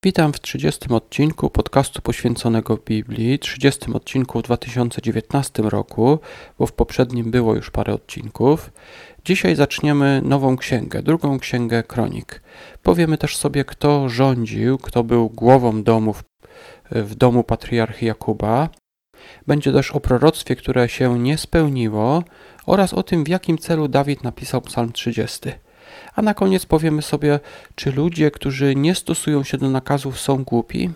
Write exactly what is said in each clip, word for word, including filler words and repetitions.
Witam w trzydziestym odcinku podcastu poświęconego Biblii, trzydziestym odcinku w dwa tysiące dziewiętnastym roku, bo w poprzednim było już parę odcinków. Dzisiaj zaczniemy nową księgę, drugą księgę Kronik. Powiemy też sobie, kto rządził, kto był głową domu w, w domu patriarchy Jakuba. Będzie też o proroctwie, które się nie spełniło oraz o tym, w jakim celu Dawid napisał Psalm trzydziesty. A na koniec powiemy sobie, czy ludzie, którzy nie stosują się do nakazów, są głupi?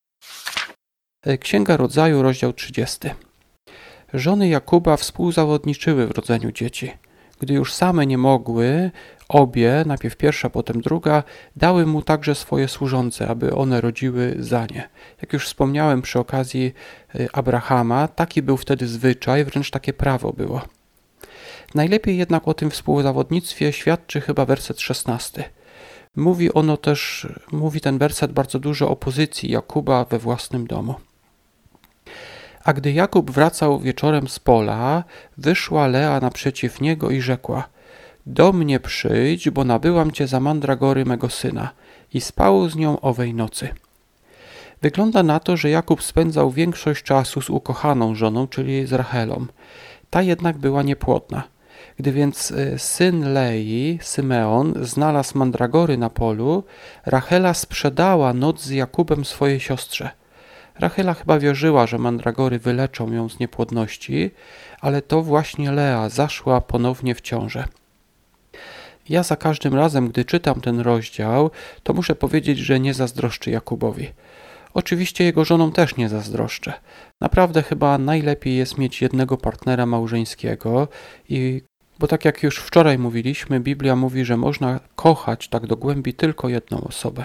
Księga Rodzaju, rozdział trzydziesty. Żony Jakuba współzawodniczyły w rodzeniu dzieci. Gdy już same nie mogły, obie, najpierw pierwsza, potem druga, dały mu także swoje służące, aby one rodziły za nie. Jak już wspomniałem przy okazji Abrahama, taki był wtedy zwyczaj, wręcz takie prawo było. Najlepiej jednak o tym współzawodnictwie świadczy chyba werset szesnasty. Mówi ono też, mówi ten werset bardzo dużo o pozycji Jakuba we własnym domu. A gdy Jakub wracał wieczorem z pola, wyszła Lea naprzeciw niego i rzekła: do mnie przyjdź, bo nabyłam cię za mandragory mego syna. I spał z nią owej nocy. Wygląda na to, że Jakub spędzał większość czasu z ukochaną żoną, czyli z Rachelą. Ta jednak była niepłodna. Gdy więc syn Lei, Symeon, znalazł mandragory na polu, Rachela sprzedała noc z Jakubem swojej siostrze. Rachela chyba wierzyła, że mandragory wyleczą ją z niepłodności, ale to właśnie Lea zaszła ponownie w ciążę. Ja za każdym razem, gdy czytam ten rozdział, to muszę powiedzieć, że nie zazdroszczę Jakubowi. Oczywiście jego żonom też nie zazdroszczę. Naprawdę chyba najlepiej jest mieć jednego partnera małżeńskiego, i bo tak jak już wczoraj mówiliśmy, Biblia mówi, że można kochać tak do głębi tylko jedną osobę.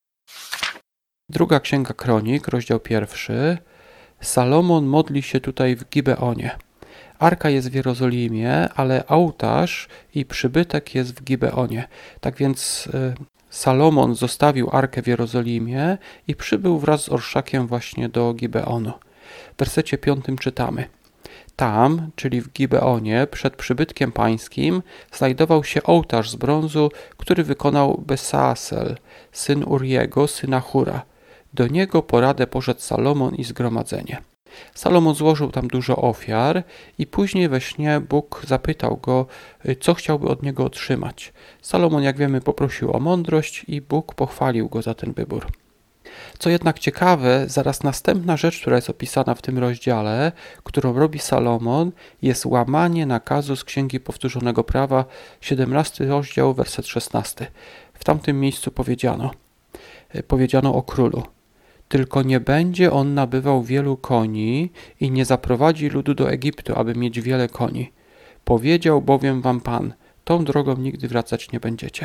Druga księga Kronik, rozdział pierwszy. Salomon modli się tutaj w Gibeonie. Arka jest w Jerozolimie, ale ołtarz i przybytek jest w Gibeonie. Tak więc y, Salomon zostawił Arkę w Jerozolimie i przybył wraz z orszakiem właśnie do Gibeonu. W wersecie piątym czytamy: tam, czyli w Gibeonie, przed przybytkiem pańskim, znajdował się ołtarz z brązu, który wykonał Besasel, syn Uriego, syna Hura. Do niego po radę poszedł Salomon i zgromadzenie. Salomon złożył tam dużo ofiar i później we śnie Bóg zapytał go, co chciałby od niego otrzymać. Salomon, jak wiemy, poprosił o mądrość i Bóg pochwalił go za ten wybór. Co jednak ciekawe, zaraz następna rzecz, która jest opisana w tym rozdziale, którą robi Salomon, jest łamanie nakazu z Księgi Powtórzonego Prawa, siedemnasty rozdział, werset szesnasty. W tamtym miejscu powiedziano, powiedziano o królu: tylko nie będzie on nabywał wielu koni i nie zaprowadzi ludu do Egiptu, aby mieć wiele koni. Powiedział bowiem wam Pan: tą drogą nigdy wracać nie będziecie.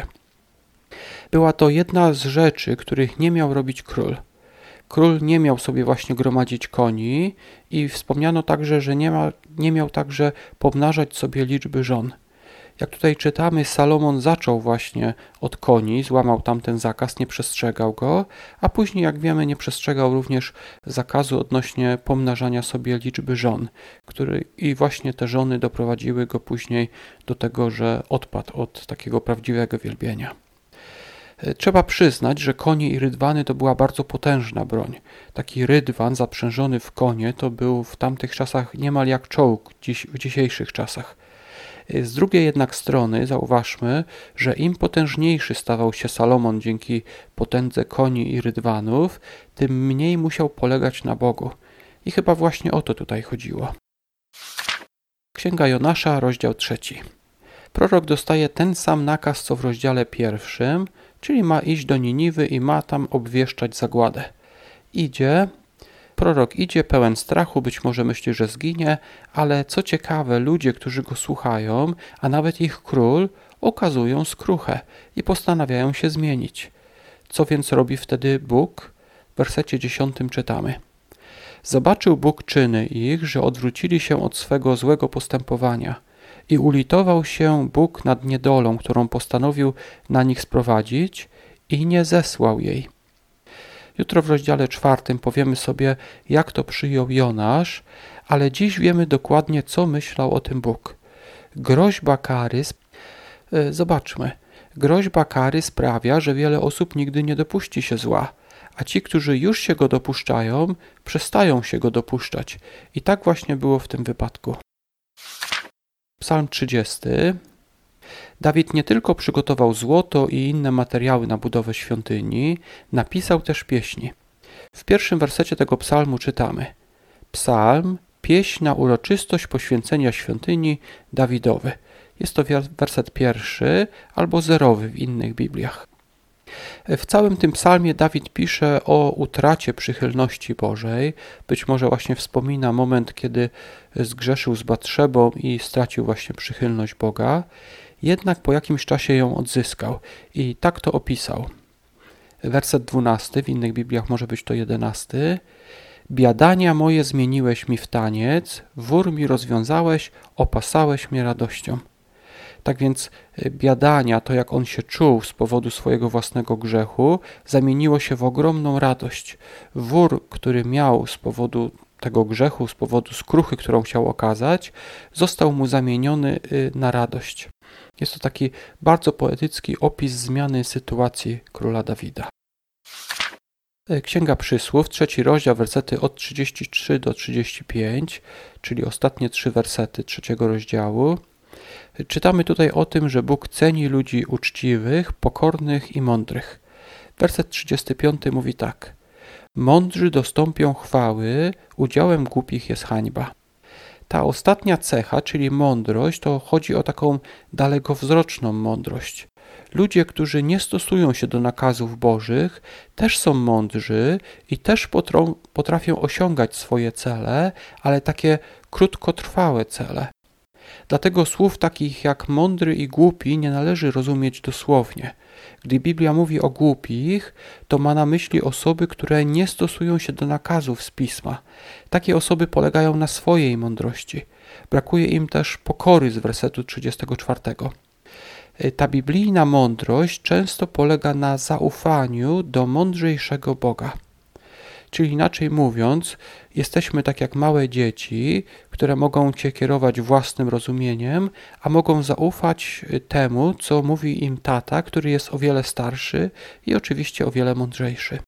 Była to jedna z rzeczy, których nie miał robić król. Król nie miał sobie właśnie gromadzić koni i wspomniano także, że nie, ma, nie miał także pomnażać sobie liczby żon. Jak tutaj czytamy, Salomon zaczął właśnie od koni, złamał tamten zakaz, nie przestrzegał go, a później, jak wiemy, nie przestrzegał również zakazu odnośnie pomnażania sobie liczby żon, który, i właśnie te żony doprowadziły go później do tego, że odpadł od takiego prawdziwego wielbienia. Trzeba przyznać, że konie i rydwany to była bardzo potężna broń. Taki rydwan zaprzężony w konie to był w tamtych czasach niemal jak czołg dziś, w dzisiejszych czasach. Z drugiej jednak strony zauważmy, że im potężniejszy stawał się Salomon dzięki potędze koni i rydwanów, tym mniej musiał polegać na Bogu. I chyba właśnie o to tutaj chodziło. Księga Jonasza, rozdział trzeci. Prorok dostaje ten sam nakaz, co w rozdziale pierwszym, czyli ma iść do Niniwy i ma tam obwieszczać zagładę. Idzie, prorok idzie pełen strachu, być może myśli, że zginie, ale co ciekawe, ludzie, którzy go słuchają, a nawet ich król, okazują skruchę i postanawiają się zmienić. Co więc robi wtedy Bóg? W wersecie dziesiątym czytamy: zobaczył Bóg czyny ich, że odwrócili się od swego złego postępowania i ulitował się Bóg nad niedolą, którą postanowił na nich sprowadzić, i nie zesłał jej. Jutro w rozdziale czwartym powiemy sobie, jak to przyjął Jonasz, ale dziś wiemy dokładnie, co myślał o tym Bóg. Groźba kary, zobaczmy, groźba kary sprawia, że wiele osób nigdy nie dopuści się zła, a ci, którzy już się go dopuszczają, przestają się go dopuszczać. I tak właśnie było w tym wypadku. Psalm trzydziesty. Dawid nie tylko przygotował złoto i inne materiały na budowę świątyni, napisał też pieśni. W pierwszym wersecie tego psalmu czytamy: Psalm, pieśń na uroczystość poświęcenia świątyni Dawidowy. Jest to werset pierwszy albo zerowy w innych Bibliach. W całym tym psalmie Dawid pisze o utracie przychylności Bożej. Być może właśnie wspomina moment, kiedy zgrzeszył z Batszebą i stracił właśnie przychylność Boga. Jednak po jakimś czasie ją odzyskał i tak to opisał. Werset dwunasty, w innych Bibliach może być to jedenasty. Biadania moje zmieniłeś mi w taniec, wór mi rozwiązałeś, opasałeś mnie radością. Tak więc biadania, to jak on się czuł z powodu swojego własnego grzechu, zamieniło się w ogromną radość. Wór, który miał z powodu tego grzechu, z powodu skruchy, którą chciał okazać, został mu zamieniony na radość. Jest to taki bardzo poetycki opis zmiany sytuacji króla Dawida. Księga Przysłów, trzeci rozdział, wersety od trzydziestu trzech do trzydziestu pięciu, czyli ostatnie trzy wersety trzeciego rozdziału. Czytamy tutaj o tym, że Bóg ceni ludzi uczciwych, pokornych i mądrych. Werset trzydziesty piąty mówi tak: Mądrzy dostąpią chwały, udziałem głupich jest hańba. Ta ostatnia cecha, czyli mądrość, to chodzi o taką dalekowzroczną mądrość. Ludzie, którzy nie stosują się do nakazów Bożych, też są mądrzy i też potrafią osiągać swoje cele, ale takie krótkotrwałe cele. Dlatego słów takich jak mądry i głupi nie należy rozumieć dosłownie. Gdy Biblia mówi o głupich, to ma na myśli osoby, które nie stosują się do nakazów z Pisma. Takie osoby polegają na swojej mądrości. Brakuje im też pokory z wersetu trzydziestego czwartego. Ta biblijna mądrość często polega na zaufaniu do mądrzejszego Boga. Czyli inaczej mówiąc, jesteśmy tak jak małe dzieci, które mogą Cię kierować własnym rozumieniem, a mogą zaufać temu, co mówi im tata, który jest o wiele starszy i oczywiście o wiele mądrzejszy.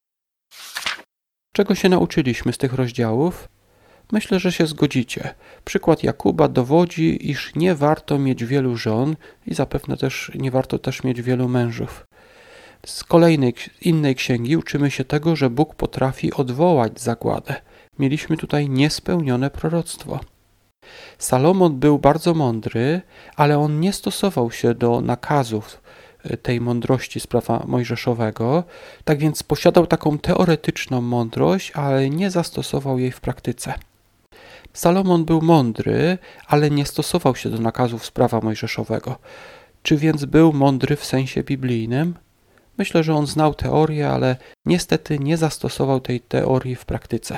Czego się nauczyliśmy z tych rozdziałów? Myślę, że się zgodzicie. Przykład Jakuba dowodzi, iż nie warto mieć wielu żon i zapewne też nie warto też mieć wielu mężów. Z kolejnej, innej księgi uczymy się tego, że Bóg potrafi odwołać zagładę. Mieliśmy tutaj niespełnione proroctwo. Salomon był bardzo mądry, ale on nie stosował się do nakazów tej mądrości z prawa mojżeszowego, tak więc posiadał taką teoretyczną mądrość, ale nie zastosował jej w praktyce. Salomon był mądry, ale nie stosował się do nakazów z prawa mojżeszowego. Czy więc był mądry w sensie biblijnym? Myślę, że on znał teorię, ale niestety nie zastosował tej teorii w praktyce.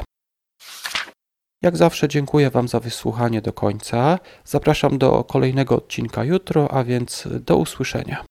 Jak zawsze dziękuję Wam za wysłuchanie do końca. Zapraszam do kolejnego odcinka jutro, a więc do usłyszenia.